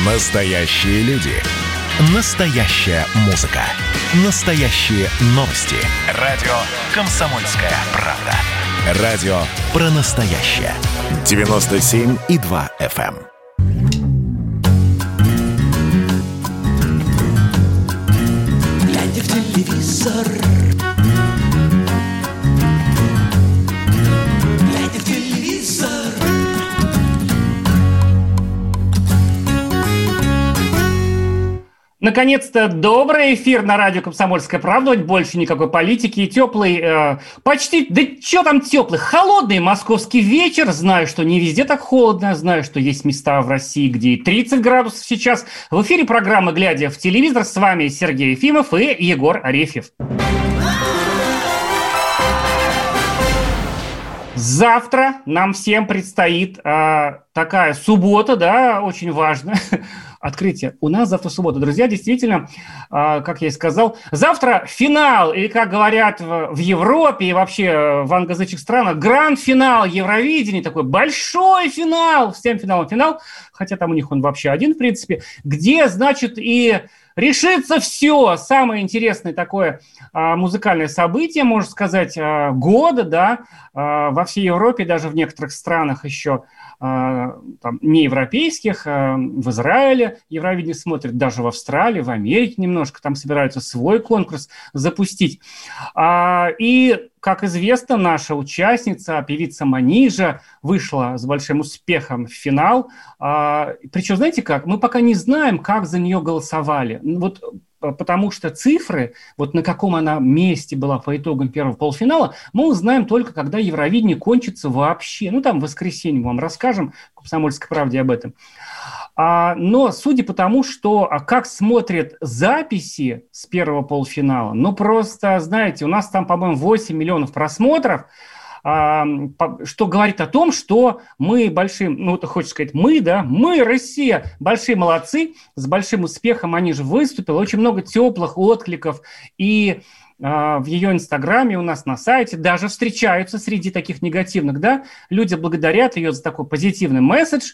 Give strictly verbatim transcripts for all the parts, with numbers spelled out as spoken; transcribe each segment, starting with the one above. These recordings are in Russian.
Настоящие люди. Настоящая музыка. Настоящие новости. Радио «Комсомольская правда». Радио про настоящее. девяносто семь и два эф эм. Глядя в телевизор, глядя в телевизор. Наконец-то добрый эфир на радио «Комсомольская правда». Больше никакой политики и теплый, э, почти, да что там теплый, холодный московский вечер. Знаю, что не везде так холодно. Знаю, что есть места в России, где и тридцать градусов сейчас. В эфире программы «Глядя в телевизор». С вами Сергей Ефимов и Егор Арефьев. Завтра нам всем предстоит э, такая суббота, да, очень важно. Открытие. У нас завтра суббота. Друзья, действительно, э, как я и сказал, завтра финал, или, как говорят в, в Европе и вообще в англоязычных странах, гранд-финал Евровидения, такой большой финал, всем финалом финал, хотя там у них он вообще один, в принципе, где, значит, и решится все. Самое интересное такое а, музыкальное событие, можно сказать, а, года, да, а, во всей Европе, даже в некоторых странах еще а, там, неевропейских, а, в Израиле Евровидение смотрят, даже в Австралии, в Америке немножко, там собираются свой конкурс запустить. А, и, как известно, наша участница, певица Манижа, вышла с большим успехом в финал. А, причем, знаете как, мы пока не знаем, как за нее голосовали. Вот потому что цифры, вот на каком она месте была по итогам первого полуфинала, мы узнаем только, когда Евровидение кончится вообще. Ну, там в воскресенье мы вам расскажем, в «Комсомольской правде» об этом. А, но судя по тому, что а как смотрят записи с первого полуфинала, ну, просто, знаете, у нас там, по-моему, восемь миллионов просмотров, а, по, что говорит о том, что мы большие, ну, это хочется сказать, мы, да, мы, Россия, большие молодцы, с большим успехом они же выступили, очень много теплых откликов, и а, в ее инстаграме у нас на сайте даже встречаются среди таких негативных, да, люди благодарят ее за такой позитивный месседж,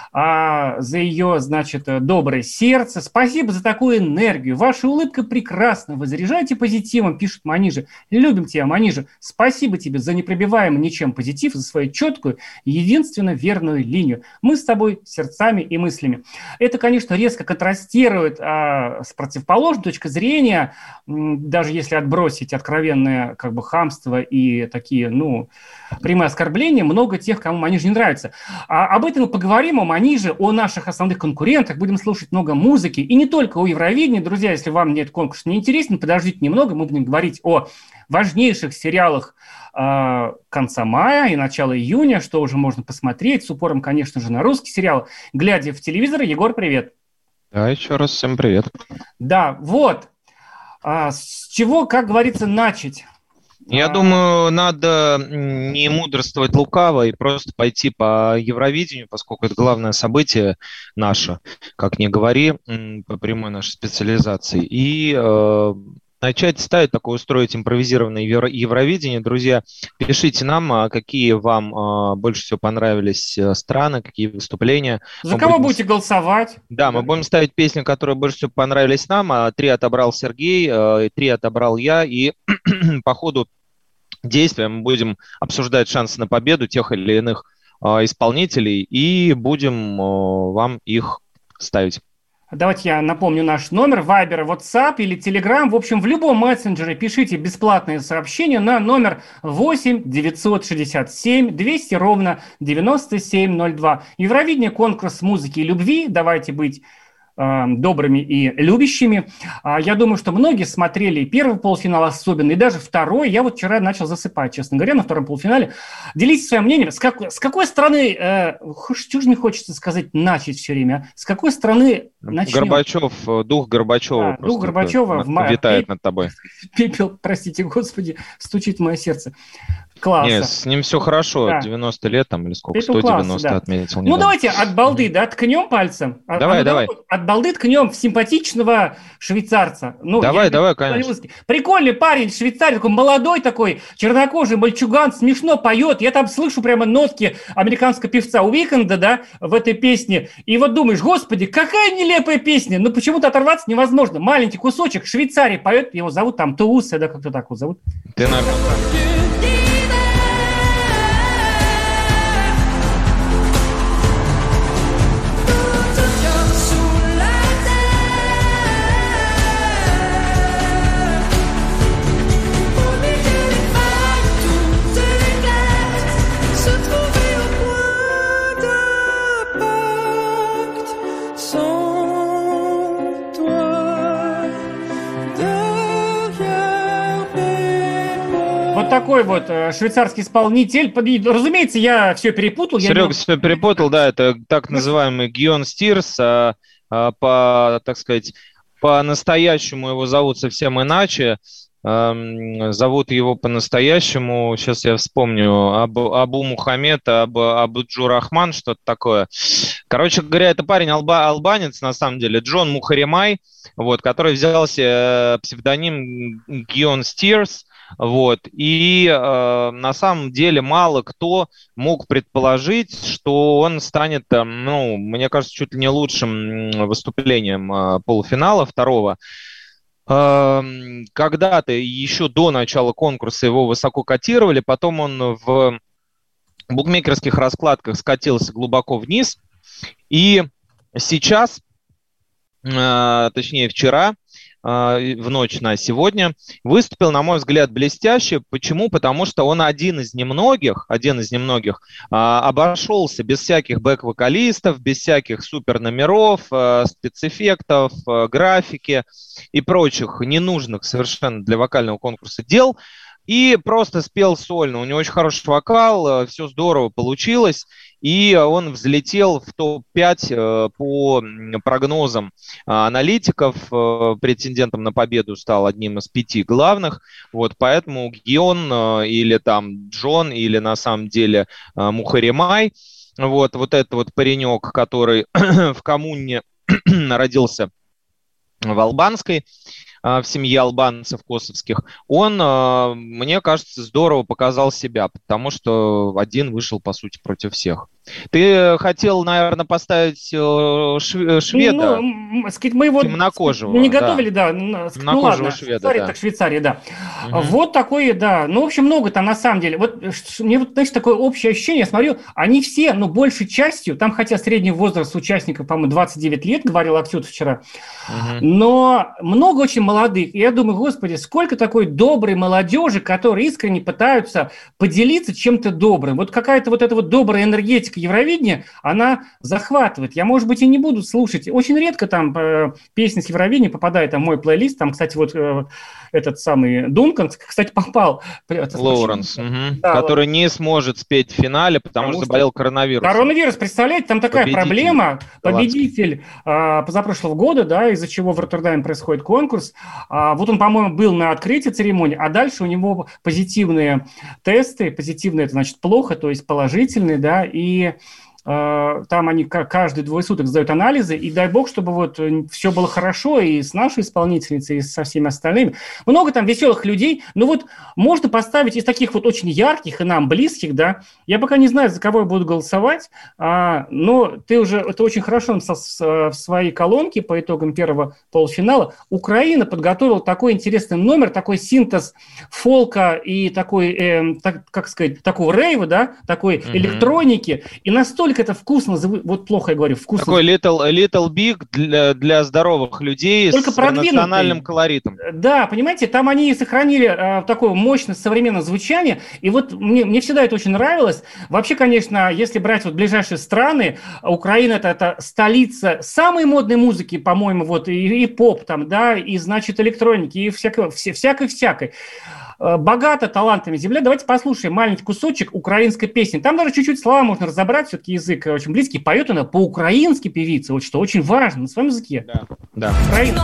а, за ее, значит, доброе сердце. Спасибо за такую энергию. Ваша улыбка прекрасна. Вы заряжаете позитивом, пишет Манижа. Любим тебя, Манижа. Спасибо тебе за непробиваемый ничем позитив, за свою четкую, единственно верную линию. Мы с тобой сердцами и мыслями. Это, конечно, резко контрастирует а, с противоположной точки зрения, даже если отбросить откровенное как бы хамство и такие, ну, прямые оскорбления, много тех, кому Манижа не нравится. А, об этом мы поговорим, о Манижа, о наших основных конкурентах, будем слушать много музыки, и не только о Евровидении. Друзья, если вам нет конкурс не интересен, подождите немного, мы будем говорить о важнейших сериалах э, конца мая и начала июня, что уже можно посмотреть, с упором, конечно же, на русский сериал. Глядя в телевизор, Егор, привет. Да, еще раз всем привет. Да, вот. А, с чего, как говорится, начать? Я думаю, надо не мудрствовать лукаво и просто пойти по Евровидению, поскольку это главное событие наше, как ни говори, по прямой нашей специализации. И э, начать ставить такое, устроить импровизированное Евро- Евровидение. Друзья, пишите нам, какие вам э, больше всего понравились страны, какие выступления. За мы кого будем... будете голосовать? Да, мы будем ставить песни, которые больше всего понравились нам. Три отобрал Сергей, три отобрал я. И по ходу действия мы будем обсуждать шансы на победу тех или иных исполнителей и будем вам их ставить. Давайте я напомню наш номер, Viber, WhatsApp или Telegram. В общем, в любом мессенджере пишите бесплатные сообщения на номер восемь девятьсот шестьдесят семь двести ровно девяносто семь ноль два. Евровидение, конкурс музыки и любви. Давайте быть э, добрыми и любящими. А, я думаю, что многие смотрели первый полуфинал особенно, и даже второй. Я вот вчера начал засыпать, честно говоря, на втором полуфинале. Делитесь своим мнением. С, как, с какой стороны, э, что же мне хочется сказать, начать все время? С какой стороны начнем? Горбачев, дух Горбачева. Да, дух Горбачева в витает над тобой. Пепел, простите, Господи, стучит в мое сердце. класса. Нет, с ним все хорошо, Да. девяносто лет там или сколько, Это сто класса, девяносто да. отметил. Ну, недавно. давайте от балды, да, ткнем пальцем. А- Давай, а ну, давай. От балды ткнем в симпатичного швейцарца. Ну, Давай, я- давай, конечно. по-русски. Прикольный парень, швейцарец, такой молодой такой, чернокожий, мальчуган, смешно поет. Я там слышу прямо нотки американского певца Уикенда, да, в этой песне. И вот думаешь, господи, какая нелепая песня. Ну, почему-то оторваться невозможно. Маленький кусочек, Швейцарии поет, его зовут там Тууссе, да, как-то так вот зовут. Ты, наверное, Вот такой вот э, швейцарский исполнитель. Под- Разумеется, я все перепутал. я Серега не- все перепутал, да, это так называемый Гион Стирс, а, а, по, так сказать, по-настоящему его зовут совсем иначе. Ам, Зовут его по-настоящему, сейчас я вспомню, Абу, Абу Мухаммед, Абу, Абуджу Рахман, что-то такое. Короче говоря, это парень алба, албанец, на самом деле, Джон Мухаримай, вот, который взял себе псевдоним Гион Стирс. Вот. И э, на самом деле мало кто мог предположить, что он станет, э, ну, мне кажется, чуть ли не лучшим выступлением э, полуфинала второго. Э, когда-то, еще до начала конкурса, его высоко котировали, потом он в букмекерских раскладках скатился глубоко вниз. И сейчас, э, точнее вчера, в ночь на сегодня, выступил, на мой взгляд, блестяще. Почему? Потому что он один из немногих, один из немногих обошелся без всяких бэк-вокалистов, без всяких супер номеров, спецэффектов, графики и прочих ненужных совершенно для вокального конкурса дел. И просто спел сольно. У него очень хороший вокал, все здорово получилось. И он взлетел в топ пять по прогнозам аналитиков. Претендентом на победу стал одним из пяти главных. Вот, поэтому Гион или там Джон, или на самом деле Мухаримай, вот, вот этот вот паренек, который в коммуне родился в Албанской, в семье албанцев косовских, он, мне кажется, здорово показал себя, потому что один вышел, по сути, против всех. Ты хотел, наверное, поставить шведа, ну, сказать, мы его темнокожего. Мы не готовили, да. да. Ну ладно, шведа, Швейцария, да. так Швейцария, да. Угу. Вот такое, да. Ну, в общем, много там на самом деле. Вот мне вот, знаешь, такое общее ощущение, я смотрю, они все, ну, большей частью, там хотя средний возраст участников, по-моему, двадцать девять лет, говорил Аксютов вчера, угу. но много очень молодых. И я думаю, господи, сколько такой доброй молодежи, которые искренне пытаются поделиться чем-то добрым. Вот какая-то вот эта вот добрая энергетика Евровидения, она захватывает. Я, может быть, и не буду слушать. Очень редко там э, песни с Евровидения попадают в мой плейлист. Там, кстати, вот э, этот самый Дункан, кстати, попал. Лоуренс, угу. да, который не сможет спеть в финале, потому, потому что заболел коронавирусом. Коронавирус, представляете, там такая победитель. проблема. Победитель э, позапрошлого года, да, из-за чего в Роттердаме происходит конкурс. А, вот он, по-моему, был на открытии церемонии, а дальше у него позитивные тесты. Позитивные – это значит плохо, то есть положительные, да, и там они каждые двое суток сдают анализы, и дай бог, чтобы вот все было хорошо и с нашей исполнительницей, и со всеми остальными. Много там веселых людей, но вот можно поставить из таких вот очень ярких и нам близких, да, я пока не знаю, за кого я буду голосовать, а, но ты уже это очень хорошо написал в своей колонке по итогам первого полуфинала. Украина подготовила такой интересный номер, такой синтез фолка и такой, э, так, как сказать, такого рейва, да, такой mm-hmm. электроники, и настолько это вкусно, вот плохо я говорю, вкусно. Такой little, little big для, для здоровых людей только с национальным колоритом. Да, понимаете, там они сохранили э, такое мощное современное звучание, и вот мне, мне всегда это очень нравилось. Вообще, конечно, если брать вот ближайшие страны, Украина это, это столица самой модной музыки, по-моему, вот и, и поп там, да, и, значит, электроники, и всякой-всякой. Богато талантами земля. Давайте послушаем маленький кусочек украинской песни. Там даже чуть-чуть слова можно разобрать, все-таки язык очень близкий. Поет она по-украински певица, вот что очень важно, на своем языке. Да, да. Украина.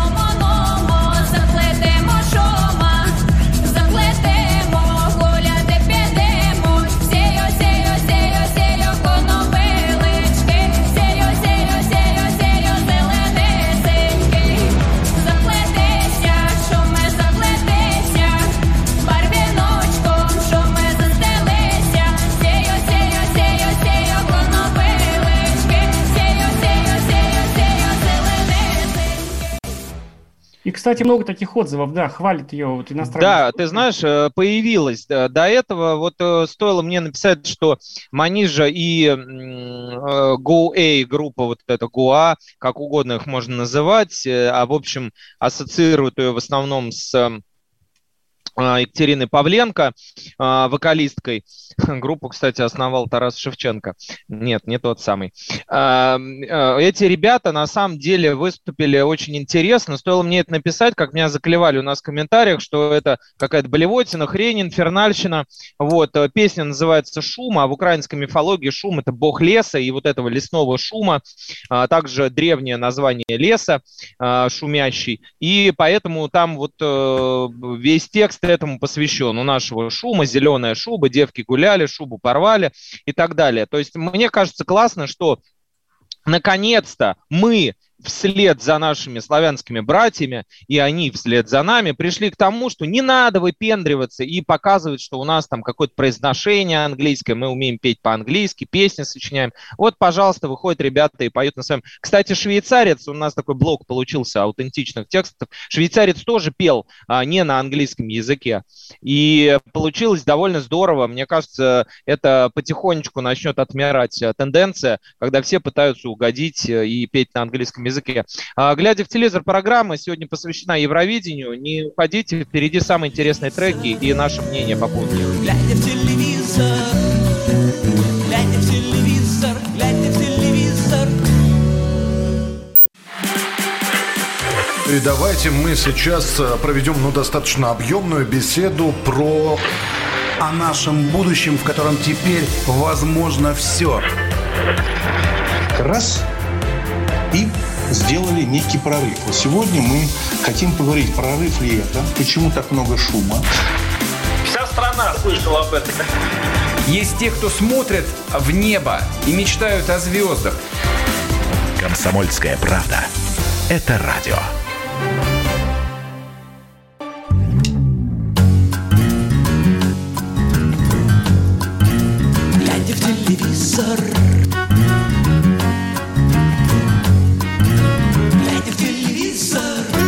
И, кстати, много таких отзывов, да, хвалит ее вот иностранные. Да, ты знаешь, появилось. До этого вот стоило мне написать, что Манижа и GoA, группа вот эта Гоа, как угодно их можно называть, а в общем ассоциируют ее в основном с Екатериной Павленко, вокалисткой. Группу, кстати, основал Тарас Шевченко. Нет, не тот самый. Эти ребята на самом деле выступили очень интересно. Стоило мне это написать, как меня заклевали у нас в комментариях, что это какая-то болевотина, хрень, инфернальщина. Вот. Песня называется «Шум», а в украинской мифологии шум – это бог леса и вот этого лесного шума. Также древнее название леса, шумящий. И поэтому там вот весь текст этому посвящен. У нашего шума зеленая шуба, девки гуляли, шубу порвали и так далее. То есть мне кажется классно, что наконец-то мы вслед за нашими славянскими братьями, и они вслед за нами, пришли к тому, что не надо выпендриваться и показывать, что у нас там какое-то произношение английское, мы умеем петь по-английски, песни сочиняем. Вот, пожалуйста, выходят ребята и поют на своем. Кстати, швейцарец, у нас такой блок получился аутентичных текстов, швейцарец тоже пел а, не на английском языке, и получилось довольно здорово. Мне кажется, это потихонечку начнет отмирать тенденция, когда все пытаются угодить и петь на английском языке. языке. А, глядя в телевизор, программа сегодня посвящена Евровидению. Не уходите, впереди самые интересные треки и наше мнение по поводу него. Глядя в телевизор, глядя в телевизор, глядя в телевизор. И давайте мы сейчас проведем ну, достаточно объемную беседу про... о нашем будущем, в котором теперь возможно все. Раз и сделали некий прорыв. Вот сегодня мы хотим поговорить, прорыв ли это, почему так много шума. Вся страна слышала об этом. Есть те, кто смотрят в небо и мечтают о звездах. «Комсомольская правда» — это радио. Глядя в телевизор, глядя в телевизор.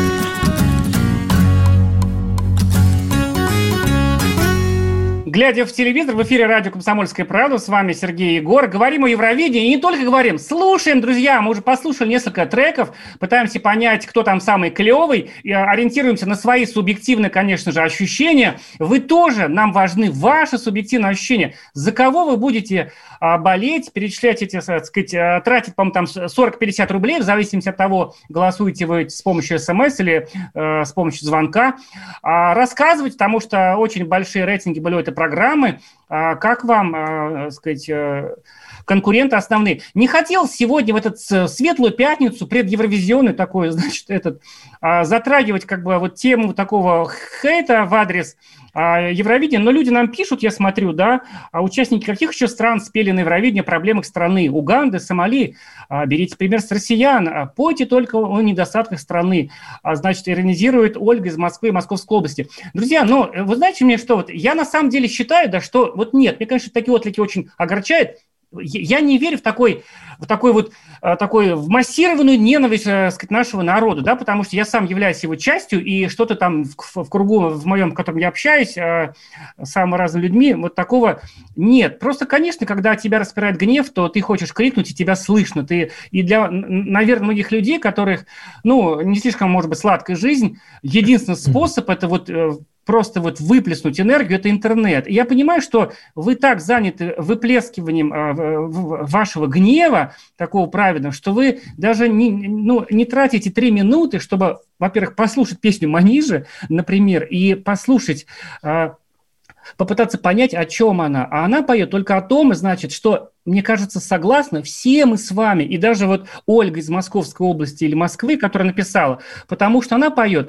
Глядя в телевизор, в эфире радио «Комсомольская правда», с вами Сергей Егор. Говорим о Евровидении, и не только говорим, слушаем, друзья. Мы уже послушали несколько треков, пытаемся понять, кто там самый клевый, и ориентируемся на свои субъективные, конечно же, ощущения. Вы тоже, нам важны ваши субъективные ощущения. За кого вы будете а, болеть, перечислять эти, так сказать, а, тратить, по-моему, там сорок-пятьдесят рублей, в зависимости от того, голосуете вы с помощью смс или а, с помощью звонка. А, рассказывать, потому что очень большие рейтинги были у этой программы. Как вам, так сказать, конкуренты основные? Не хотел сегодня в эту светлую пятницу, предевровизионную такой, значит, этот, затрагивать как бы вот тему такого хейта в адрес Евровидения, но люди нам пишут, я смотрю, да, участники каких еще стран спели на Евровидении о проблемах страны? Уганды, Сомали. Берите пример с россиян. Пойте только о недостатках страны. Значит, иронизирует Ольга из Москвы и Московской области. Друзья, ну, вы знаете мне что, вот я на самом деле считаю, да, что вот нет, мне, конечно, такие отклики очень огорчают. Я не верю в такой, в такой вот такой в массированную ненависть, так сказать, нашего народа, да, потому что я сам являюсь его частью, и что-то там в, в кругу, в моем, в котором я общаюсь, с самыми разными людьми, вот такого нет. Просто, конечно, когда тебя распирает гнев, то ты хочешь крикнуть, и тебя слышно. Ты, и для, наверное, многих людей, которых, ну, не слишком, может быть, сладкая жизнь, единственный способ – это вот просто вот выплеснуть энергию – это интернет. И я понимаю, что вы так заняты выплескиванием э, вашего гнева, такого праведного, что вы даже не, ну, не тратите три минуты, чтобы, во-первых, послушать песню Манижи, например, и послушать, э, попытаться понять, о чем она. А она поет только о том, значит, что, мне кажется, согласны все мы с вами, и даже вот Ольга из Московской области или Москвы, которая написала, потому что она поет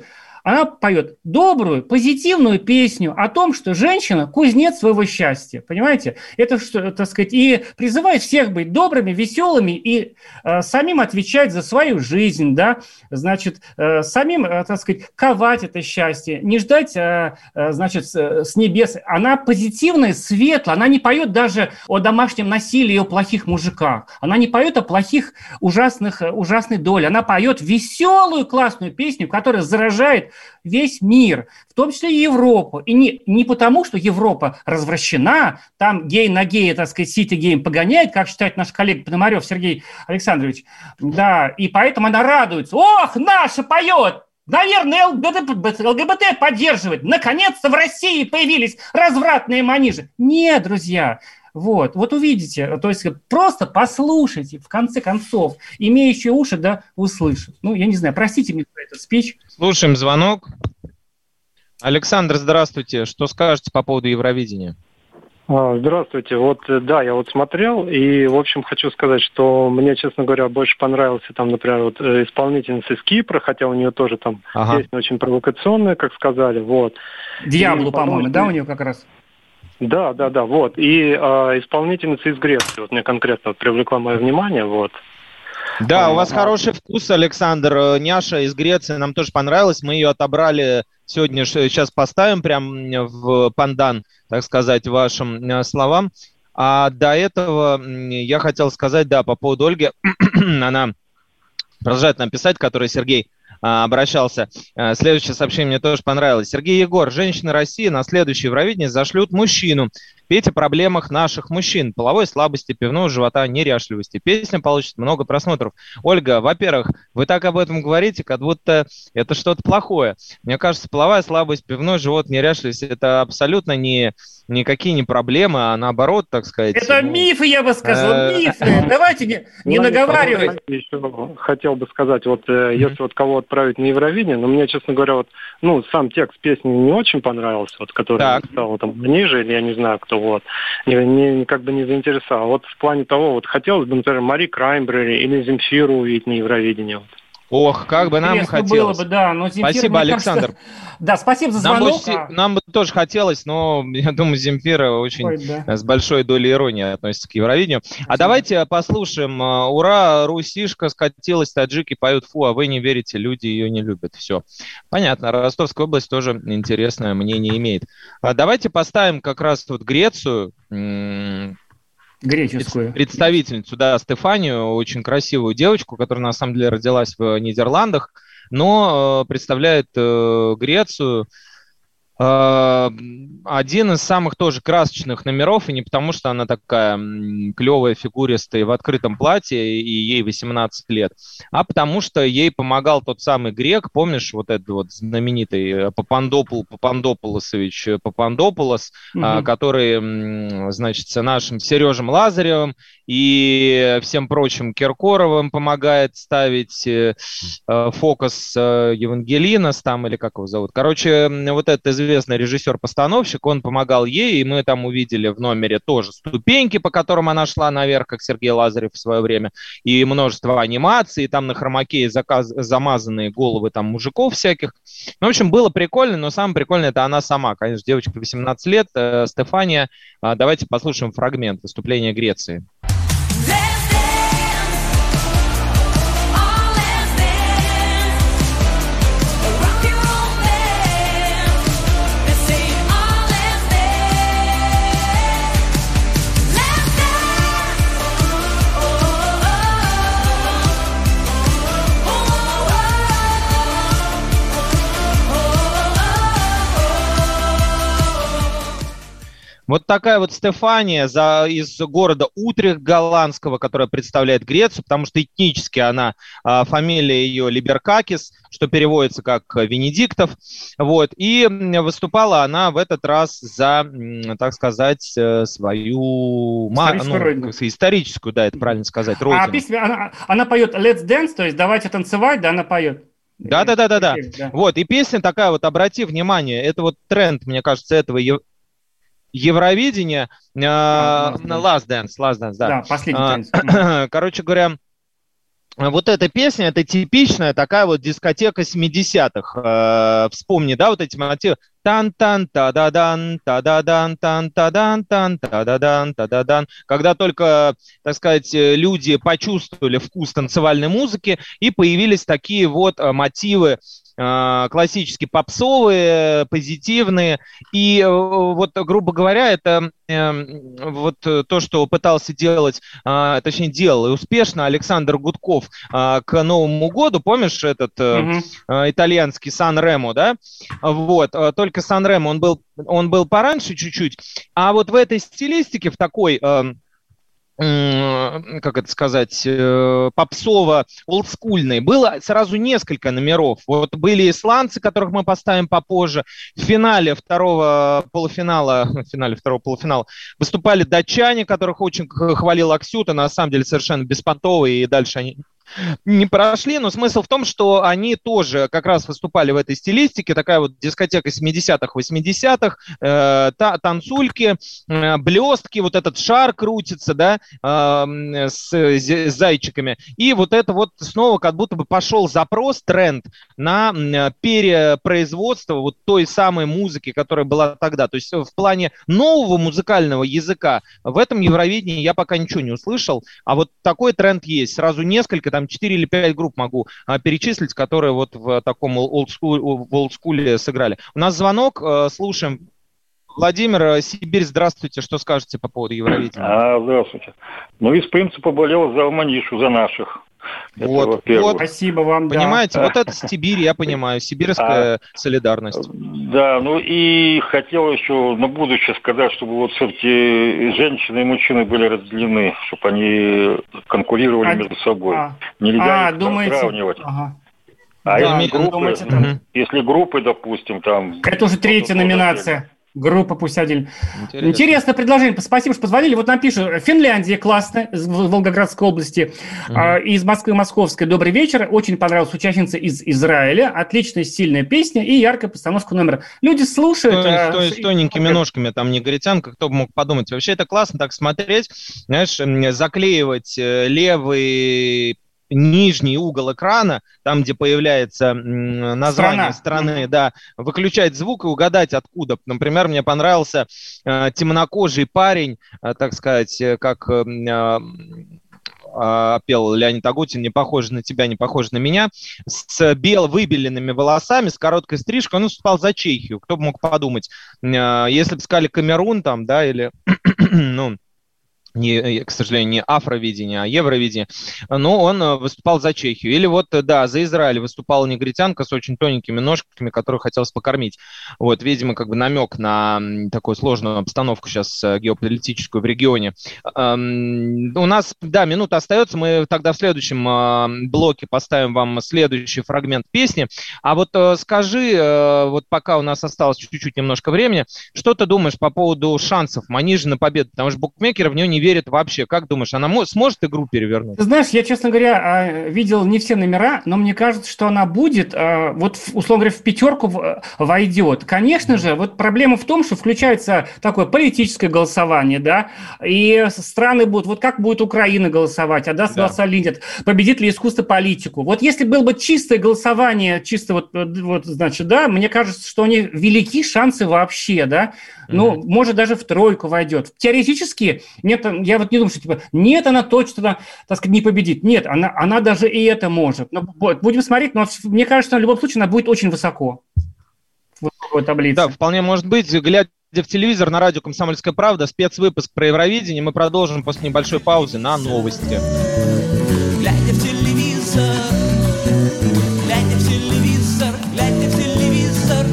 Она поет добрую, позитивную песню о том, что женщина – кузнец своего счастья, понимаете? Это, что, так сказать, и призывает всех быть добрыми, веселыми и э, самим отвечать за свою жизнь, да, значит, э, самим, э, так сказать, ковать это счастье, не ждать, э, э, значит, с, с небес. Она позитивная, светлая, она не поет даже о домашнем насилии и о плохих мужиках, она не поет о плохих, ужасных, ужасной доле, она поет веселую, классную песню, которая заражает весь мир, в том числе и Европу. И не, не потому, что Европа развращена, там гей на гея, так сказать, сити-гейм погоняет, как считает наш коллега Пономарев Сергей Александрович. Да, и поэтому она радуется. Ох, наша поет! Наверное, ЛГБТ поддерживает. Наконец-то в России появились развратные манижи. Нет, друзья, вот, вот увидите, то есть просто послушайте, в конце концов, имеющие уши, да, услышат. Ну, я не знаю, простите меня за этот спич. Слушаем звонок. Александр, здравствуйте. Что скажете по поводу Евровидения? Здравствуйте. Вот, да, я вот смотрел, и, в общем, хочу сказать, что мне, честно говоря, больше понравился, там, например, вот исполнительница из Кипра, хотя у нее тоже там ага. песня очень провокационная, как сказали, вот. Дьяблу, по-моему, да, у нее как раз? Да, да, да, вот. И э, исполнительница из Греции, вот мне конкретно вот, привлекла мое внимание, вот. Да, у вас а, хороший вкус, Александр. Няша из Греции нам тоже понравилась. Мы ее отобрали сегодня, сейчас поставим прям в пандан, так сказать, вашим словам. А до этого я хотел сказать, да, по поводу Ольги. Она продолжает нам писать, который Сергей обращался. Следующее сообщение мне тоже понравилось. Сергей Егор. Женщины России на следующее Евровидение зашлют мужчину петь о проблемах наших мужчин. Половой слабости, пивного живота, неряшливости. Песня получит много просмотров. Ольга, во-первых, вы так об этом говорите, как будто это что-то плохое. Мне кажется, половая слабость, пивной живот, неряшливость – это абсолютно не... никакие не проблемы, а наоборот, так сказать... Это ну, мифы, я бы сказал, мифы. Давайте не, не наговаривать. Еще хотел бы сказать, вот если вот кого отправить на Евровидение, но мне, честно говоря, вот, ну, сам текст песни не очень понравился, вот, который так. написал там ниже, или я не знаю, кто вот, не, не, как бы не заинтересовал. Вот в плане того, вот хотелось бы, например, Мари Краймбрери или Земфиру увидеть на Евровидении. Вот. Ох, как бы нам Интересно хотелось. Было бы, да, но Земфира, спасибо, Александр. Кажется... Да, спасибо за звонок. Нам бы, нам бы тоже хотелось, но я думаю, Земфира очень Ой, да. с большой долей иронии относится к Евровидению. Спасибо. А давайте послушаем. Ура, русишка скатилась, таджики поют фу, а вы не верите, люди ее не любят. Все. Понятно, Ростовская область тоже интересное мнение имеет. А давайте поставим как раз тут Грецию. Греческую. Представительницу, да, Стефанию, очень красивую девочку, которая на самом деле родилась в Нидерландах, но э, представляет э, Грецию. Э, один из самых тоже красочных номеров, и не потому, что она такая м, клевая, фигуристая в открытом платье, и ей восемнадцать лет, а потому что ей помогал тот самый грек, помнишь, вот этот вот знаменитый Папандопул, Папандополосович Папандополос, угу. э, который, м, значит, с нашим Сережем Лазаревым и всем прочим Киркоровым помогает ставить э, фокус э, Евангелинос там, или как его зовут. Короче, вот этот известный режиссер-постановщик, он помогал ей, и мы там увидели в номере тоже ступеньки, по которым она шла наверх, как Сергей Лазарев в свое время, и множество анимаций, и там на хромакее заказ... замазанные головы там мужиков всяких. Ну, в общем, было прикольно, но самое прикольное это она сама. Конечно, девочка восемнадцать лет, э, Стефания. Э, давайте послушаем фрагмент выступления Греции. Вот такая вот Стефания за, из города Утрехт голландского, которая представляет Грецию, потому что этнически она, фамилия ее Либеркакис, что переводится как Венедиктов. Вот. И выступала она в этот раз за, так сказать, свою... Историческую, ну, историческую, да, это правильно сказать, родину. А песня, она, она поет «Let's dance», то есть «давайте танцевать», да, она поет. Да, да, да, да, да. да. Вот. И песня такая вот, обрати внимание, это вот тренд, мне кажется, этого Евровидение, uh, Last Dance, Last Dance, да. Да, последний танец. Короче говоря, вот эта песня, это типичная такая вот дискотека семидесятых. Э, вспомни, да, вот эти мотивы. Тан-тан, та-да-дан, та-да-дан, тан-та-дан, тан-та-да-дан, та-да-дан. Когда только, так сказать, люди почувствовали вкус танцевальной музыки, и появились такие вот мотивы классически попсовые, позитивные. И вот, грубо говоря, это вот то, что пытался делать, точнее, делал и успешно Александр Гудков к Новому году. Помнишь этот mm-hmm. итальянский Сан-Ремо, да? Вот. Только Сан-Ремо, он был, он был пораньше чуть-чуть. А вот в этой стилистике, в такой... как это сказать, попсово-олдскульной, было сразу несколько номеров. Вот были исландцы, которых мы поставим попозже. В финале второго полуфинала, в финале второго полуфинала выступали датчане, которых очень хвалил Аксюта, на самом деле совершенно беспонтовые, и дальше они не прошли, но смысл в том, что они тоже как раз выступали в этой стилистике, такая вот дискотека семидесятых, восьмидесятых, э, та, танцульки, э, блестки, вот этот шар крутится, да, э, с, с зайчиками, и вот это вот снова как будто бы пошел запрос, тренд на э, перепроизводство вот той самой музыки, которая была тогда, то есть в плане нового музыкального языка в этом Евровидении я пока ничего не услышал, а вот такой тренд есть, сразу несколько, там четыре или пять групп могу а, перечислить, которые вот в таком олдскуле, в олдскуле сыграли. У нас звонок, э, слушаем. Владимир, Сибирь, здравствуйте, что скажете по поводу Евровидения? А, здравствуйте. Ну, из принципа болел за Манишу, за наших. Вот, вот, спасибо вам. Понимаете, да. вот это Сибирь, я понимаю, сибирская а, солидарность. Да, ну и хотел еще на будущее сказать, чтобы вот все-таки женщины и мужчины были разделены, чтобы они конкурировали а, между собой. А, Нельзя а, их думаете? сравнивать. Ага. А да, если, группы, думаете, там... если группы, допустим, там... Это уже третья номинация. Группа пусть отдельно. Интересно. Интересное предложение. Спасибо, что позвонили. Вот нам пишут, Финляндия классно, из Волгоградской области, uh-huh. из Москвы, Московской. Добрый вечер. Очень понравилась участница из Израиля. Отличная, сильная песня и яркая постановка номера. Люди слушают. Стой, а... стой, с тоненькими ножками, там негритянка, кто бы мог подумать. Вообще это классно так смотреть, знаешь, заклеивать левый... нижний угол экрана, там, где появляется название страна. страны, да, выключать звук и угадать откуда. Например, мне понравился э, темнокожий парень, э, так сказать, как э, э, пел Леонид Агутин, не похож на тебя, не похож на меня, с бел выбеленными волосами, с короткой стрижкой, он выступал за Чехию. Кто бы мог подумать, э, если бы сказали Камерун там, да, или, ну, не, к сожалению, не Афровидение, а Евровидение, но он выступал за Чехию. Или вот, да, за Израиль выступала негритянка с очень тоненькими ножками, которую хотелось покормить. Вот, видимо, как бы намек на такую сложную обстановку сейчас геополитическую в регионе. У нас, да, минута остается, мы тогда в следующем блоке поставим вам следующий фрагмент песни. А вот скажи, вот пока у нас осталось чуть-чуть немножко времени, что ты думаешь по поводу шансов Манижи на победу? Потому что букмекеры в нее не верит вообще. Как думаешь, она сможет игру перевернуть? Ты знаешь, я, честно говоря, видел не все номера, но мне кажется, что она будет, вот, условно говоря, в пятерку войдет. Конечно же, вот проблема в том, что включается такое политическое голосование, да, и страны будут, вот как будет Украина голосовать, а даст голоса или нет, победит ли искусство политику. Вот если было бы чистое голосование, чисто вот, вот, значит, да, мне кажется, что у них велики шансы вообще, да, ну, mm-hmm. может, даже в тройку войдет. Теоретически, нет, я вот не думаю, что типа, нет, она точно, так сказать, не победит. Нет, она, она даже и это может. Но будем смотреть, но мне кажется, в любом случае она будет очень высоко в такой таблице. Да, вполне может быть. Глядя в телевизор на радио «Комсомольская правда», спецвыпуск про Евровидение, мы продолжим после небольшой паузы на новости. Глядя в телевизор, глядя в телевизор, глядя в телевизор.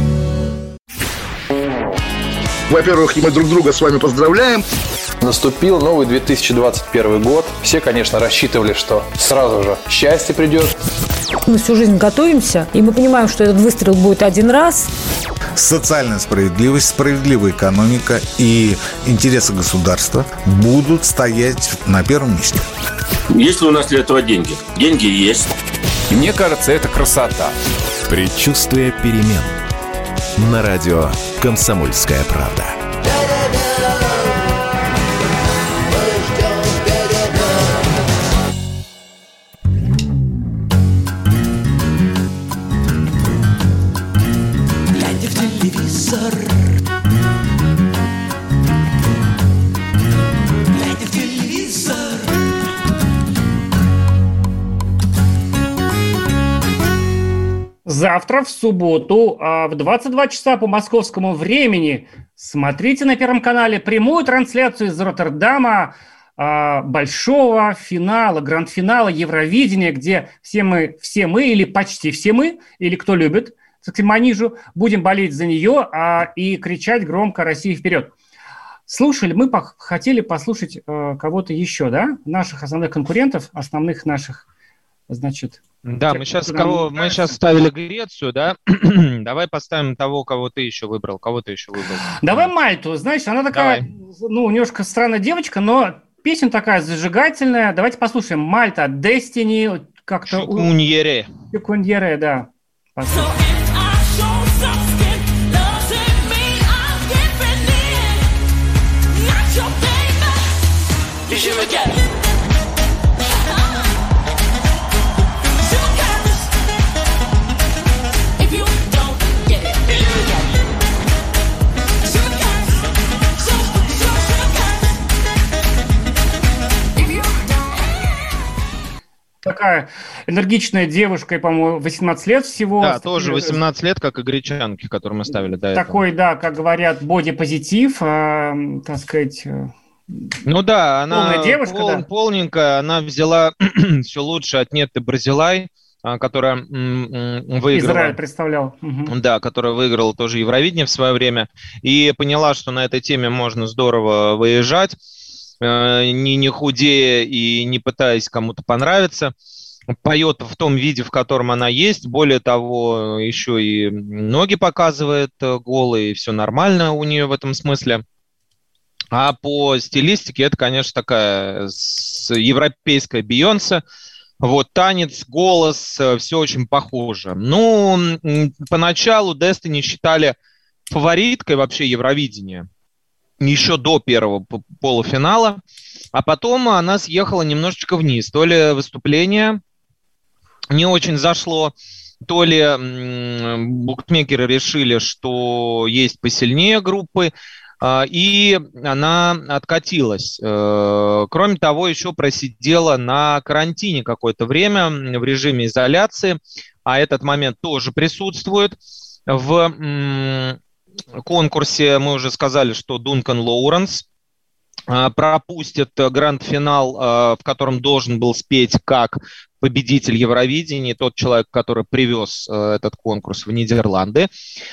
Во-первых, мы друг друга с вами поздравляем. Наступил новый две тысячи двадцать первый год. Все, конечно, рассчитывали, что сразу же счастье придет. Мы всю жизнь готовимся, и мы понимаем, что этот выстрел будет один раз. Социальная справедливость, справедливая экономика и интересы государства будут стоять на первом месте. Есть ли у нас для этого деньги? Деньги есть. И мне кажется, это красота. Предчувствие перемен. На радио «Комсомольская правда». Завтра, в субботу, в двадцать два часа по московскому времени смотрите на Первом канале прямую трансляцию из Роттердама большого финала, гранд-финала Евровидения, где все мы, все мы или почти все мы, или кто любит Циксиманижу, будем болеть за нее а, и кричать громко «Россия вперед!». Слушали, мы по- хотели послушать э, кого-то еще, да? Наших основных конкурентов, основных наших, значит... Да, мы сейчас, кого, мы сейчас ставили Грецию, да? Давай поставим того, кого ты еще выбрал. Кого ты еще выбрал? Давай Мальту. Знаешь, она такая, Давай. ну, немножко странная девочка, но песня такая зажигательная. Давайте послушаем. Мальта, Destiny, как-то... Шукуньере. Шукуньере, да. Послушаем. Такая энергичная девушка, по-моему, восемнадцать лет всего. Да, тоже восемнадцать лет, как и гречанки, которые мы ставили до этого. Такой, да, как говорят, боди-позитив, э, так сказать... Ну да, она полная девушка, пол, да. полненькая, она взяла все лучше от Нетты Барзилай, которая выиграла. Израиль представлял. Угу. Да, которая выиграла тоже Евровидение в свое время, и поняла, что на этой теме можно здорово выезжать, не, не худея и не пытаясь кому-то понравиться. Поет в том виде, в котором она есть. Более того, еще и ноги показывает голые, и все нормально у нее в этом смысле. А по стилистике это, конечно, такая европейская Бейонсе. Вот, танец, голос, все очень похоже. Ну, поначалу Destiny считали фавориткой вообще Евровидения. Еще до первого полуфинала. А потом она съехала немножечко вниз. То ли выступление не очень зашло, то ли букмекеры решили, что есть посильнее группы, и она откатилась. Кроме того, еще просидела на карантине какое-то время в режиме изоляции, а этот момент тоже присутствует. В конкурсе мы уже сказали, что Дункан Лоуренс пропустит гранд-финал, в котором должен был спеть как победитель Евровидения, тот человек, который привез этот конкурс в Нидерланды.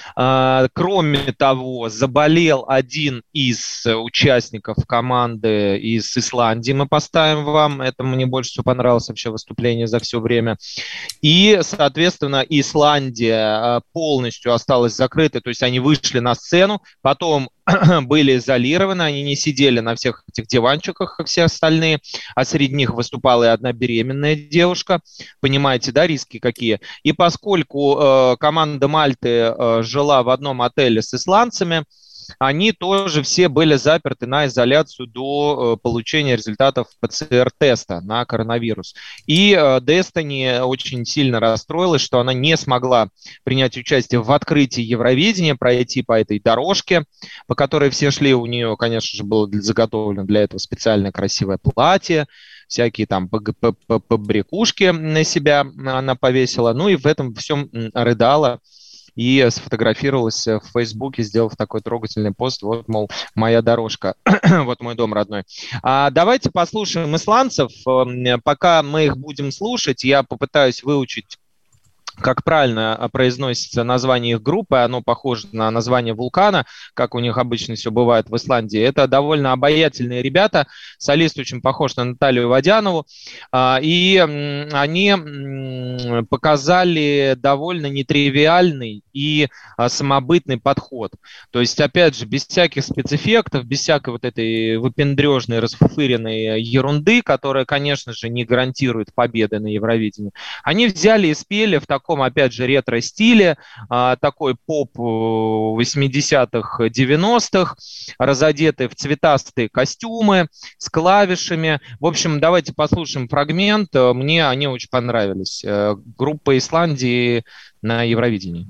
Кроме того, заболел один из участников команды из Исландии. Мы поставим вам. Это мне больше всего понравилось вообще выступление за все время. И, соответственно, Исландия полностью осталась закрытой. То есть они вышли на сцену, потом были изолированы, они не сидели на всех этих диванчиках, как все остальные, а среди них выступала и одна беременная девушка. Понимаете, да, риски какие? И поскольку э, команда Мальты э, жила в одном отеле с исландцами, они тоже все были заперты на изоляцию до э, получения результатов ПЦР-теста на коронавирус. И э, Destiny очень сильно расстроилась, что она не смогла принять участие в открытии Евровидения, пройти по этой дорожке, по которой все шли. У нее, конечно же, было заготовлено для этого специальное красивое платье, всякие там побрякушки на себя она повесила. Ну и в этом всем рыдала. И сфотографировалась в Фейсбуке, сделав такой трогательный пост. Вот, мол, моя дорожка, вот мой дом родной. А давайте послушаем исландцев. Пока мы их будем слушать, я попытаюсь выучить, как правильно произносится название их группы. Оно похоже на название вулкана, как у них обычно все бывает в Исландии. Это довольно обаятельные ребята. Солист очень похож на Наталью Водянову. И они показали довольно нетривиальный и самобытный подход. То есть, опять же, без всяких спецэффектов, без всякой вот этой выпендрежной, расфуфыренной ерунды, которая, конечно же, не гарантирует победы на Евровидении. Они взяли и спели в таком, опять же, ретро-стиле, такой поп восьмидесятых, девяностых, разодетые в цветастые костюмы, с клавишами. В общем, давайте послушаем фрагмент. Мне они очень понравились. Группа Исландии на Евровидении.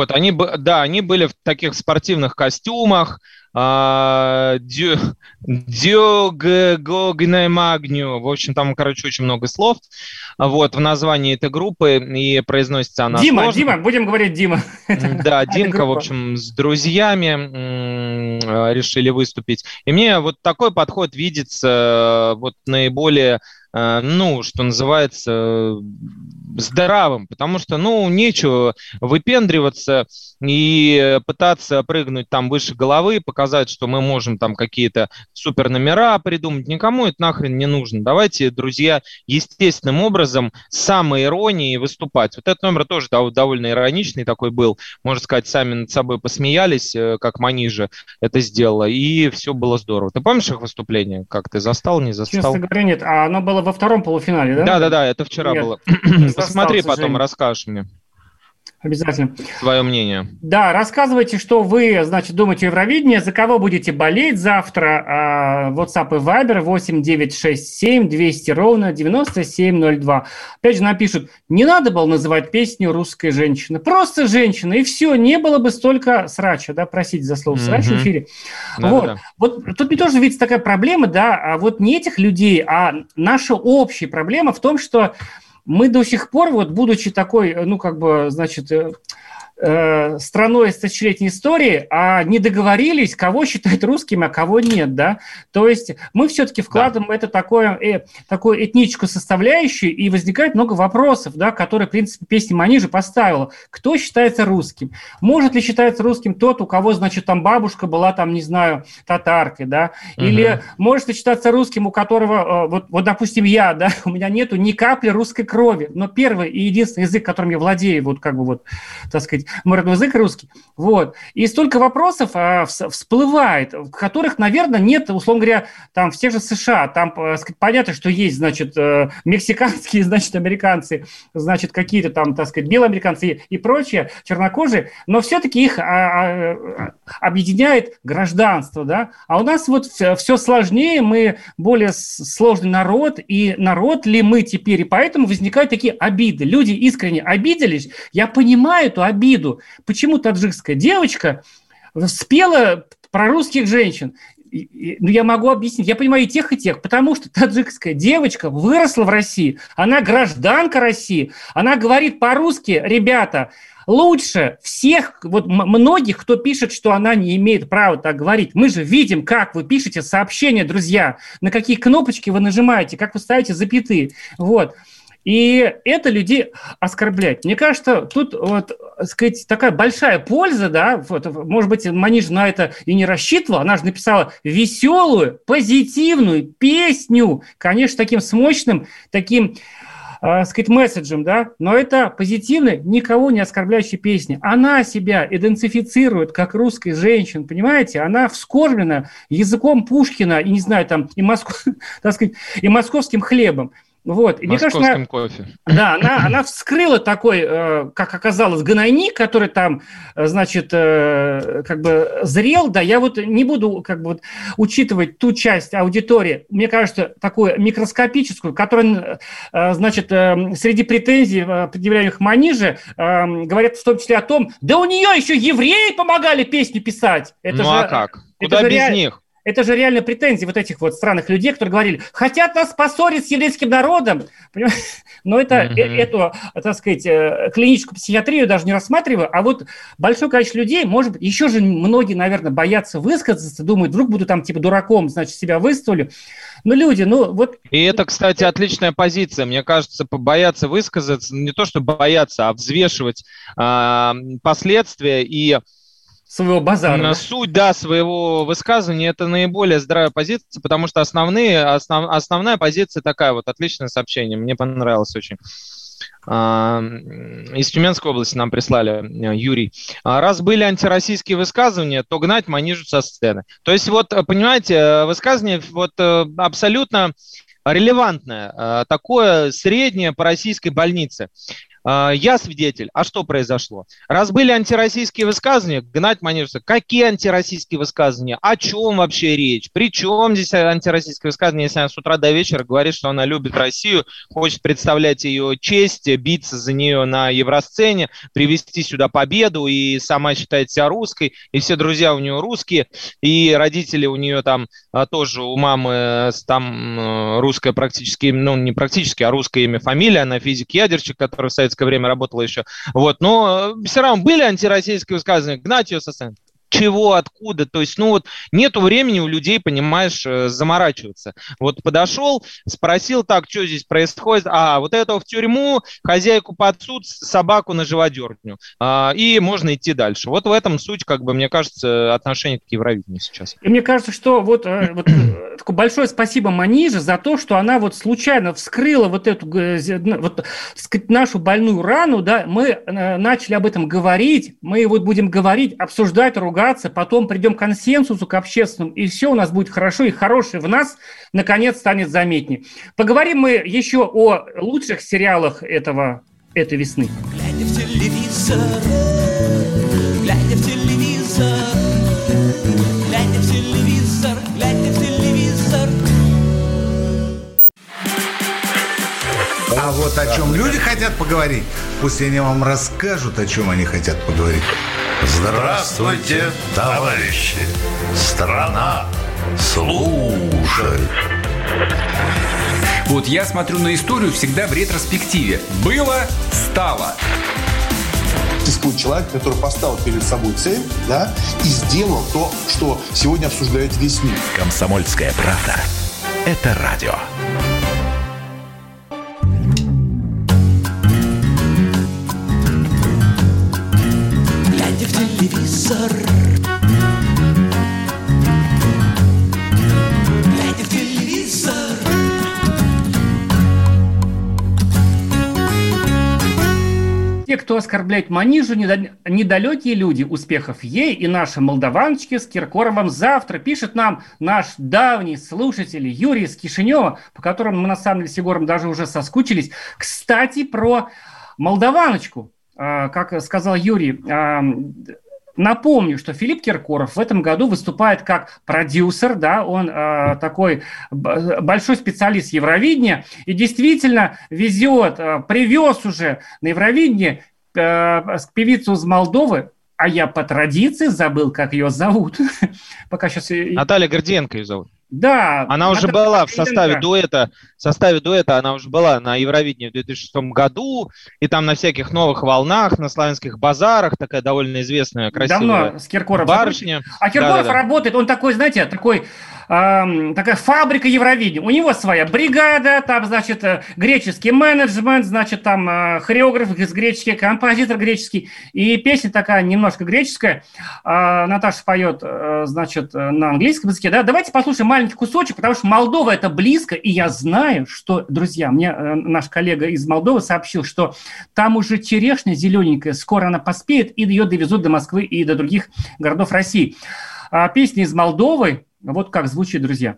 Вот, они, да, они были в таких спортивных костюмах, диогогнемагню, в общем, там, короче, очень много слов, вот, в названии этой группы, и произносится она Дима, сложно. Дима, будем говорить Дима. Да, Димка, в общем, с друзьями решили выступить. И мне вот такой подход видится вот наиболее, ну, что называется, здравым, потому что, ну, нечего выпендриваться и пытаться прыгнуть там выше головы, показать, что мы можем там какие-то супер номера придумать. Никому это нахрен не нужно. Давайте, друзья, естественным образом с самоиронией выступать. Вот этот номер тоже довольно ироничный такой был. Можно сказать, сами над собой посмеялись, как Манижа это сделала, и все было здорово. Ты помнишь их выступление? Как ты застал, не застал? Честно говоря, нет. А оно было во втором полуфинале, да? Да-да-да, это вчера нет, было. Посмотри потом, расскажешь мне. Обязательно. Свое мнение. Да, рассказывайте, что вы, значит, думаете о Евровидении, за кого будете болеть завтра. WhatsApp и Viber восемь девятьсот шестьдесят семь двести ровно девяносто семь ноль два. Опять же напишут, не надо было называть песню «Русская женщина». Просто женщина, и все, не было бы столько срача, да, просить за слово «срач» в эфире. Да, вот. Да. Вот тут мне тоже видится такая проблема, да, а вот не этих людей, а наша общая проблема в том, что мы до сих пор, вот будучи такой, ну, как бы, значит, э, э, страной с тысячелетней историей, а не договорились, кого считать русским, а кого нет, да. То есть мы все-таки вкладываем да. это такое, э, такую этническую составляющую, и возникает много вопросов, да, которые, в принципе, песня Манижа поставила. Кто считается русским? Может ли считаться русским тот, у кого, значит, там бабушка была, там, не знаю, татаркой, да? Или угу. может ли считаться русским, у которого, э, вот, вот, допустим, я, да, у меня нету ни капли русской крови, но первый и единственный язык, которым я владею, вот, как бы, вот, так сказать, мой родной язык русский, вот. И столько вопросов а, всплывает, в которых, наверное, нет, условно говоря, там, в тех же США, там, сказать, понятно, что есть, значит, мексиканские, значит, американцы, значит, какие-то там, так сказать, белые американцы и прочие, чернокожие, но все-таки их а, а, объединяет гражданство, да, а у нас вот все сложнее, мы более сложный народ, и народ ли мы теперь, и поэтому возникают такие обиды, люди искренне обиделись, я понимаю эту обиду. Почему таджикская девочка спела про русских женщин? Ну, я могу объяснить. Я понимаю и тех, и тех. Потому что таджикская девочка выросла в России. Она гражданка России. Она говорит по-русски, ребята, лучше всех, вот многих, кто пишет, что она не имеет права так говорить. Мы же видим, как вы пишете сообщения, друзья, на какие кнопочки вы нажимаете, как вы ставите запятые. Вот. И это людей оскорбляет. Мне кажется, тут вот, так сказать, такая большая польза, да, вот, может быть, Манижа на это и не рассчитывала, она же написала веселую, позитивную песню, конечно, таким с мощным, таким, так сказать, месседжем, да, но это позитивная, никого не оскорбляющая песня. Она себя идентифицирует как русская женщина, понимаете? Она вскормлена языком Пушкина и, не знаю, там, и, Москв... так сказать, и московским хлебом. Вот. И московским мне кажется, кофе. Да, она, она вскрыла такой, э, как оказалось, гнойник, который там, э, значит, э, как бы зрел. Да, я вот не буду как бы вот, учитывать ту часть аудитории, мне кажется, такую микроскопическую, которая, э, значит, э, среди претензий, э, предъявляемых Маниже, э, говорят в том числе о том, да у нее еще евреи помогали песню писать. Это ну же, а как? Куда без реаль... них? Это же реально претензии вот этих вот странных людей, которые говорили, хотят нас поссорить с еврейским народом. Понимаете? Но это, mm-hmm. э- эту, так сказать, э- клиническую психиатрию даже не рассматриваю. А вот большое количество людей, может быть, еще же многие, наверное, боятся высказаться, думают, вдруг буду там типа дураком, значит, себя выставлю. Но люди, ну вот... И это, кстати, отличная позиция. Мне кажется, бояться высказаться, не то, что бояться, а взвешивать э- последствия и... своего базара. Суть, да, своего высказывания – это наиболее здравая позиция, потому что основные, основ, основная позиция такая вот, отличное сообщение, мне понравилось очень. Из Тюменской области нам прислали, Юрий. Раз были антироссийские высказывания, то гнать Манижу со сцены. То есть вот, понимаете, высказывание вот абсолютно релевантное, такое среднее по российской больнице. Я свидетель. А что произошло? Раз были антироссийские высказывания, гнать Манижу. Какие антироссийские высказывания? О чем вообще речь? При чем здесь антироссийские высказывания, если она с утра до вечера говорит, что она любит Россию, хочет представлять ее честь, биться за нее на евросцене, привести сюда победу, и сама считает себя русской, и все друзья у нее русские, и родители у нее там тоже, у мамы там русская практически, ну не практически, а русское имя, фамилия, она физик-ядерщик, который в советское время работала еще. Вот, но все равно были антироссийские высказывания, гнать ее со сцены. Чего, откуда? То есть, ну вот, нету времени у людей, понимаешь, заморачиваться. Вот подошел, спросил, так, что здесь происходит? А, вот этого в тюрьму, хозяйку под суд, собаку на живодерню. А, и можно идти дальше. Вот в этом суть, как бы, мне кажется, отношение к Евровидению сейчас. И мне кажется, что вот, вот такое большое спасибо Маниже за то, что она вот случайно вскрыла вот эту вот, так сказать, нашу больную рану, да, мы начали об этом говорить, мы вот будем говорить, обсуждать, ругать, потом придем к консенсусу, к общественному, и все у нас будет хорошо, и хорошее в нас, наконец, станет заметнее. Поговорим мы еще о лучших сериалах этого, этой весны. Глядя в телевизор, глядя в телевизор, глядя в телевизор, глядя в телевизор. А вот о чем люди хотят поговорить, пусть они вам расскажут, о чем они хотят поговорить. Здравствуйте, товарищи! Страна слушает! Вот я смотрю на историю всегда в ретроспективе. Было, стало. Существует человек, который поставил перед собой цель, да, и сделал то, что сегодня обсуждает весь мир. «Комсомольская правда» – это радио. Телевизор. Глядя в телевизор. Те, кто оскорбляет Манижу, недалекие люди, успехов ей и наши молдаваночки с Киркоровым завтра, пишет нам наш давний слушатель Юрий из Кишинева, по которому мы на самом деле с Егором даже уже соскучились. Кстати, про молдаваночку. Как сказал Юрий, напомню, что Филипп Киркоров в этом году выступает как продюсер, да, он э, такой большой специалист Евровидения и действительно везет, э, привез уже на Евровидение э, певицу из Молдовы, а я по традиции забыл, как ее зовут. Пока сейчас... Наталья Гордиенко ее зовут. Да. Она уже была в составе дуэта, в составе дуэта она уже была на Евровидении в две тысячи шестом году, и там на всяких новых волнах, на славянских базарах, такая довольно известная, красивая Давно с Киркоровым барышня. А Киркоров Да-да-да. работает, он такой, знаете, такой... такая фабрика Евровидения. У него своя бригада, там, значит, греческий менеджмент, значит, там хореограф греческий, композитор греческий. И песня такая немножко греческая. Наташа поет, значит, на английском языке. Да? Давайте послушаем маленький кусочек, потому что Молдова это близко. И я знаю, что, друзья, мне наш коллега из Молдовы сообщил, что там уже черешня зелененькая, скоро она поспеет, и ее довезут до Москвы и до других городов России. Песня из Молдовы. Вот как звучит, друзья.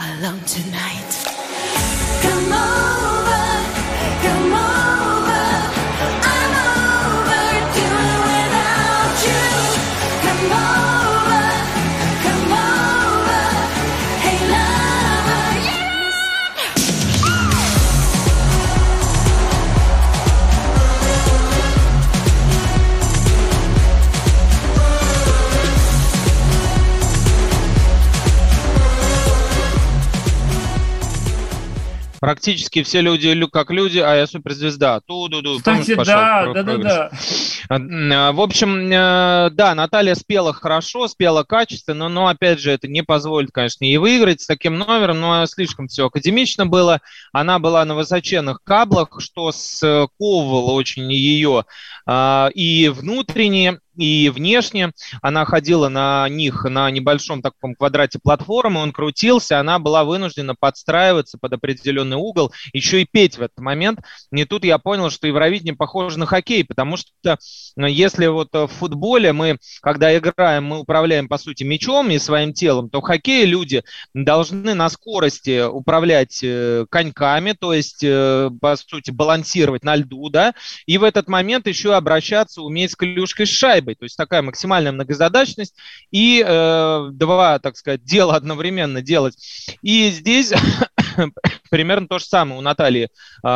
Практически все люди как люди, а я суперзвезда. Ту-ду-ду. Кстати, Помнишь, да, да, да, да. В общем, да, Наталья спела хорошо, спела качественно, но, опять же, это не позволит, конечно, ей выиграть с таким номером, но слишком все академично было. Она была на высоченных каблах, что сковывало очень ее и внутренне, и внешне. Она ходила на них на небольшом таком квадрате платформы, он крутился, она была вынуждена подстраиваться под определенный угол, еще и петь в этот момент. И тут я понял, что Евровидение похоже на хоккей, потому что если вот в футболе мы, когда играем, мы управляем, по сути, мячом и своим телом, то в хоккее люди должны на скорости управлять коньками, то есть, по сути, балансировать на льду, да, и в этот момент еще обращаться, уметь с клюшкой с шайбой, то есть такая максимальная многозадачность и э, два, так сказать, дела одновременно делать. И здесь примерно то же самое у Натальи.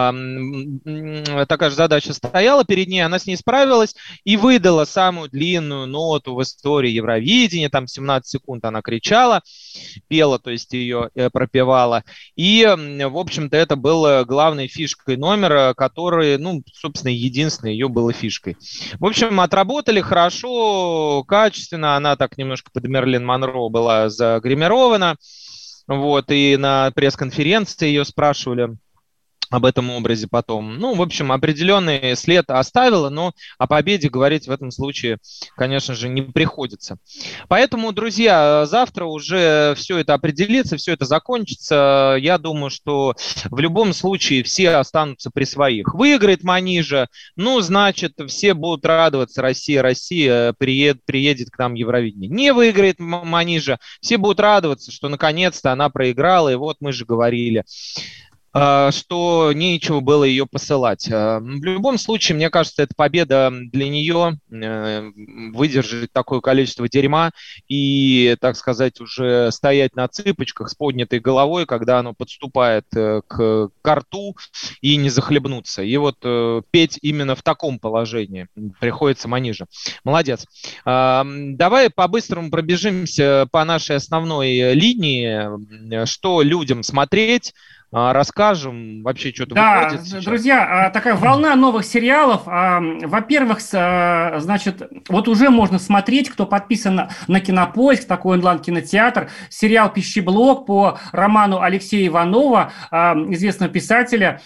Э, такая же задача стояла перед ней, она с ней справилась и выдала самую длинную ноту в истории Евровидения, там семнадцать секунд она кричала, пела, то есть ее э, пропевала. И, в общем-то, это было главной фишкой номера, который, ну, собственно, единственной ее было фишкой. В общем, отработали хорошо, качественно, она так немножко под Мерлин Монро была загримирована, вот, и на пресс-конференции ее спрашивали об этом образе потом. Ну, в общем, определенный след оставила, но о победе говорить в этом случае, конечно же, не приходится. Поэтому, друзья, завтра уже все это определится, все это закончится. Я думаю, что в любом случае все останутся при своих. Выиграет Манижа, ну, значит, все будут радоваться. Россия, Россия приедет, приедет к нам Евровидение. Не выиграет Манижа, все будут радоваться, что наконец-то она проиграла, и вот мы же говорили, что нечего было ее посылать. В любом случае, мне кажется, эта победа для нее выдержит такое количество дерьма и, так сказать, уже стоять на цыпочках с поднятой головой, когда оно подступает к, к рту, и не захлебнуться. И вот петь именно в таком положении приходится Манижа. Молодец. Давай по-быстрому пробежимся по нашей основной линии, что людям смотреть, расскажем, вообще что-то да, выходит сейчас. Друзья, такая волна новых сериалов. Во-первых, значит, вот уже можно смотреть, кто подписан на Кинопоиск, такой онлайн-кинотеатр, сериал «Пищеблок» по роману Алексея Иванова, известного писателя.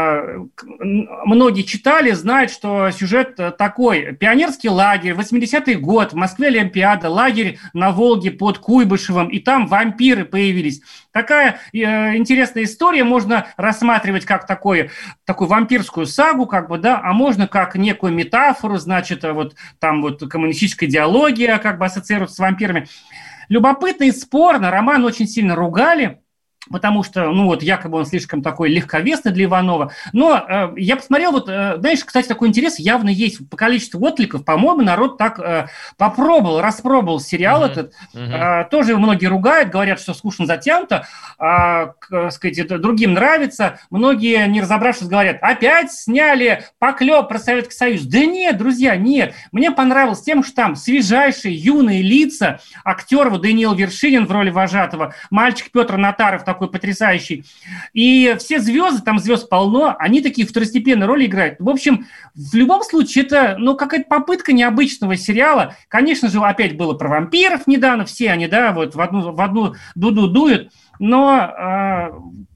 Многие читали, знают, что сюжет такой. Пионерский лагерь, восьмидесятый год, в Москве Олимпиада, лагерь на Волге под Куйбышевым, и там вампиры появились. Такая э, интересная история, можно рассматривать как такое, такую вампирскую сагу, как бы, да, а можно как некую метафору, значит, вот там вот коммунистическая идеология как бы ассоциируется с вампирами. Любопытно и спорно, роман очень сильно ругали, потому что, ну вот, якобы он слишком такой легковесный для Иванова. Но э, я посмотрел, вот, э, знаешь, кстати, такой интерес явно есть. По количеству откликов, по-моему, народ так э, попробовал, распробовал сериал mm-hmm. этот. Mm-hmm. Э, тоже многие ругают, говорят, что скучно затянуто. Э, к, сказать, другим нравится. Многие, не разобравшись, говорят, опять сняли поклеп про Советский Союз. Да нет, друзья, нет. Мне понравилось тем, что там свежайшие юные лица. Актер вот Даниил Вершинин в роли вожатого, мальчик Петр Натаров, такой потрясающий. И все звезды, там звезд полно, они такие второстепенные роли играют. В общем, в любом случае, это, ну, какая-то попытка необычного сериала. Конечно же, опять было про вампиров недавно, все они, да, вот в одну, в одну дуду дуют. Но э,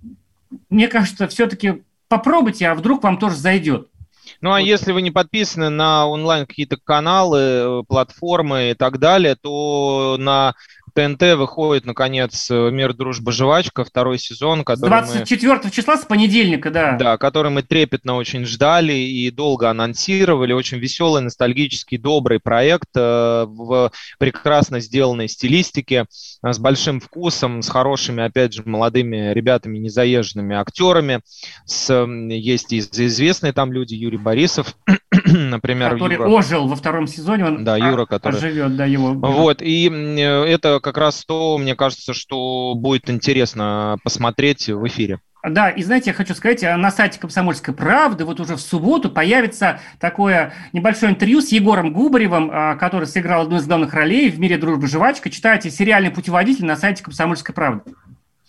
мне кажется, все-таки попробуйте, а вдруг вам тоже зайдет. Ну, а вот. Если вы не подписаны на онлайн какие-то каналы, платформы и так далее, то на ТНТ выходит, наконец, «Мир, дружба, жвачка», второй сезон. Который двадцать четвёртого мы... числа, с понедельника, да. Да, который мы трепетно очень ждали и долго анонсировали. Очень веселый, ностальгический, добрый проект э, в прекрасно сделанной стилистике, э, с большим вкусом, с хорошими, опять же, молодыми ребятами, незаезженными актерами. С, э, есть и известные там люди, Юрий Борисов, например, который Юра. ожил во втором сезоне, он да, Юра, который оживет, да, его. Вот, и это как раз то, мне кажется, что будет интересно посмотреть в эфире. Да, и знаете, я хочу сказать, на сайте «Комсомольской правды» вот уже в субботу появится такое небольшое интервью с Егором Губаревым, который сыграл одну из главных ролей в «Мире, дружбы, жвачка». Читайте сериальный путеводитель на сайте «Комсомольской правды».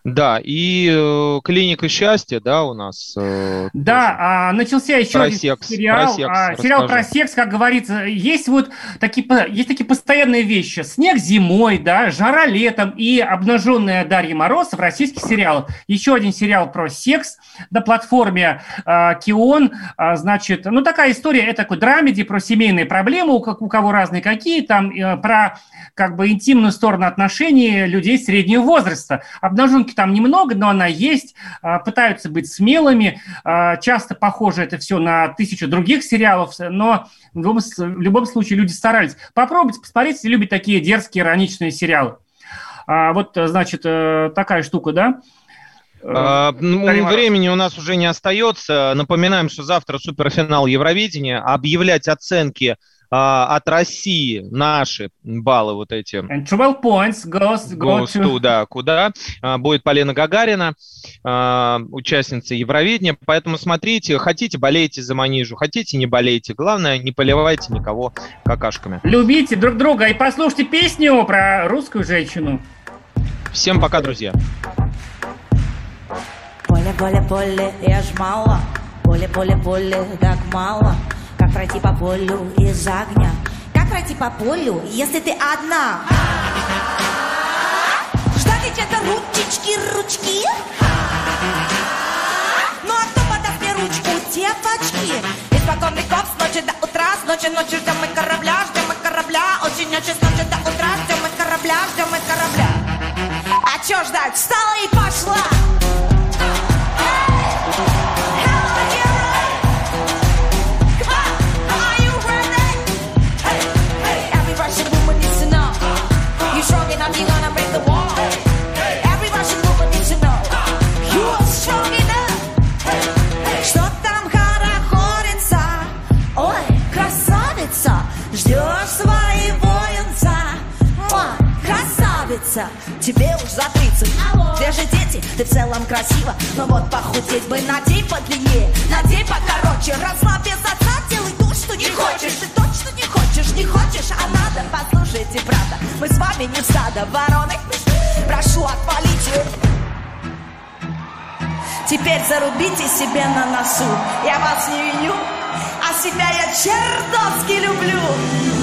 Да, и э, «Клиника счастья», да, у нас. Э, да, а, начался еще про один секс, сериал. про секс, а, сериал расскажи. про секс, как говорится, есть вот такие, есть такие постоянные вещи. Снег зимой, да, жара летом и обнаженная Дарья Мороз в российских сериалах. Еще один сериал про секс на платформе э, Кион. Э, значит, ну такая история, это такой драмеди про семейные проблемы, у, у кого разные какие, там э, про как бы интимную сторону отношений людей среднего возраста. Обнаженки там немного, но она есть. Пытаются быть смелыми. Часто похоже это все на тысячу других сериалов, но в любом, в любом случае люди старались. Попробуйте посмотреть, если любите такие дерзкие, ироничные сериалы. Вот, значит, такая штука, да? А, ну, времени у нас уже не остается. Напоминаем, что завтра суперфинал Евровидения. Объявлять оценки от России, наши баллы вот эти. And twelve points goes, goes to, to, да, куда будет Полина Гагарина, участница Евровидения. Поэтому смотрите, хотите, болейте за Манижу, хотите, не болейте. Главное, не поливайте никого какашками. Любите друг друга и послушайте песню про русскую женщину. Всем пока, друзья. Поле, поле, поле, я ж мало. Поле, поле, поле, так мало. Как пройти по полю из огня? Как пройти по полю, если ты одна? Ждать это ручечки, ручки? Ну а кто подаст мне ручку, девочки? Испокон веков с ночи до утра, с ночи ночи ждем мы корабля, ждем мы корабля. Очень очень с ночи до утра, ждем мы корабля, ждем мы корабля. А чё ждать? Встала и пошла! Strong enough, you're gonna break the wall. Every Russian woman needs to know you are strong enough. Что там хорохорится? Ой, красавица, ждешь своего юнца. Ой, красавица, тебе уж за тридцать. Где же дети? Ты в целом красива. Но вот похудеть бы, надень подлиннее, надень покороче. Расслабь без отца, делай то, что не хочешь. Ты точно не хочешь, не хочешь, а надо. Послушайте, брата, мы с вами не в стадо вороны. Прошу, отвалите. Теперь зарубите себе на носу. Я вас не виню, а себя я чертовски люблю.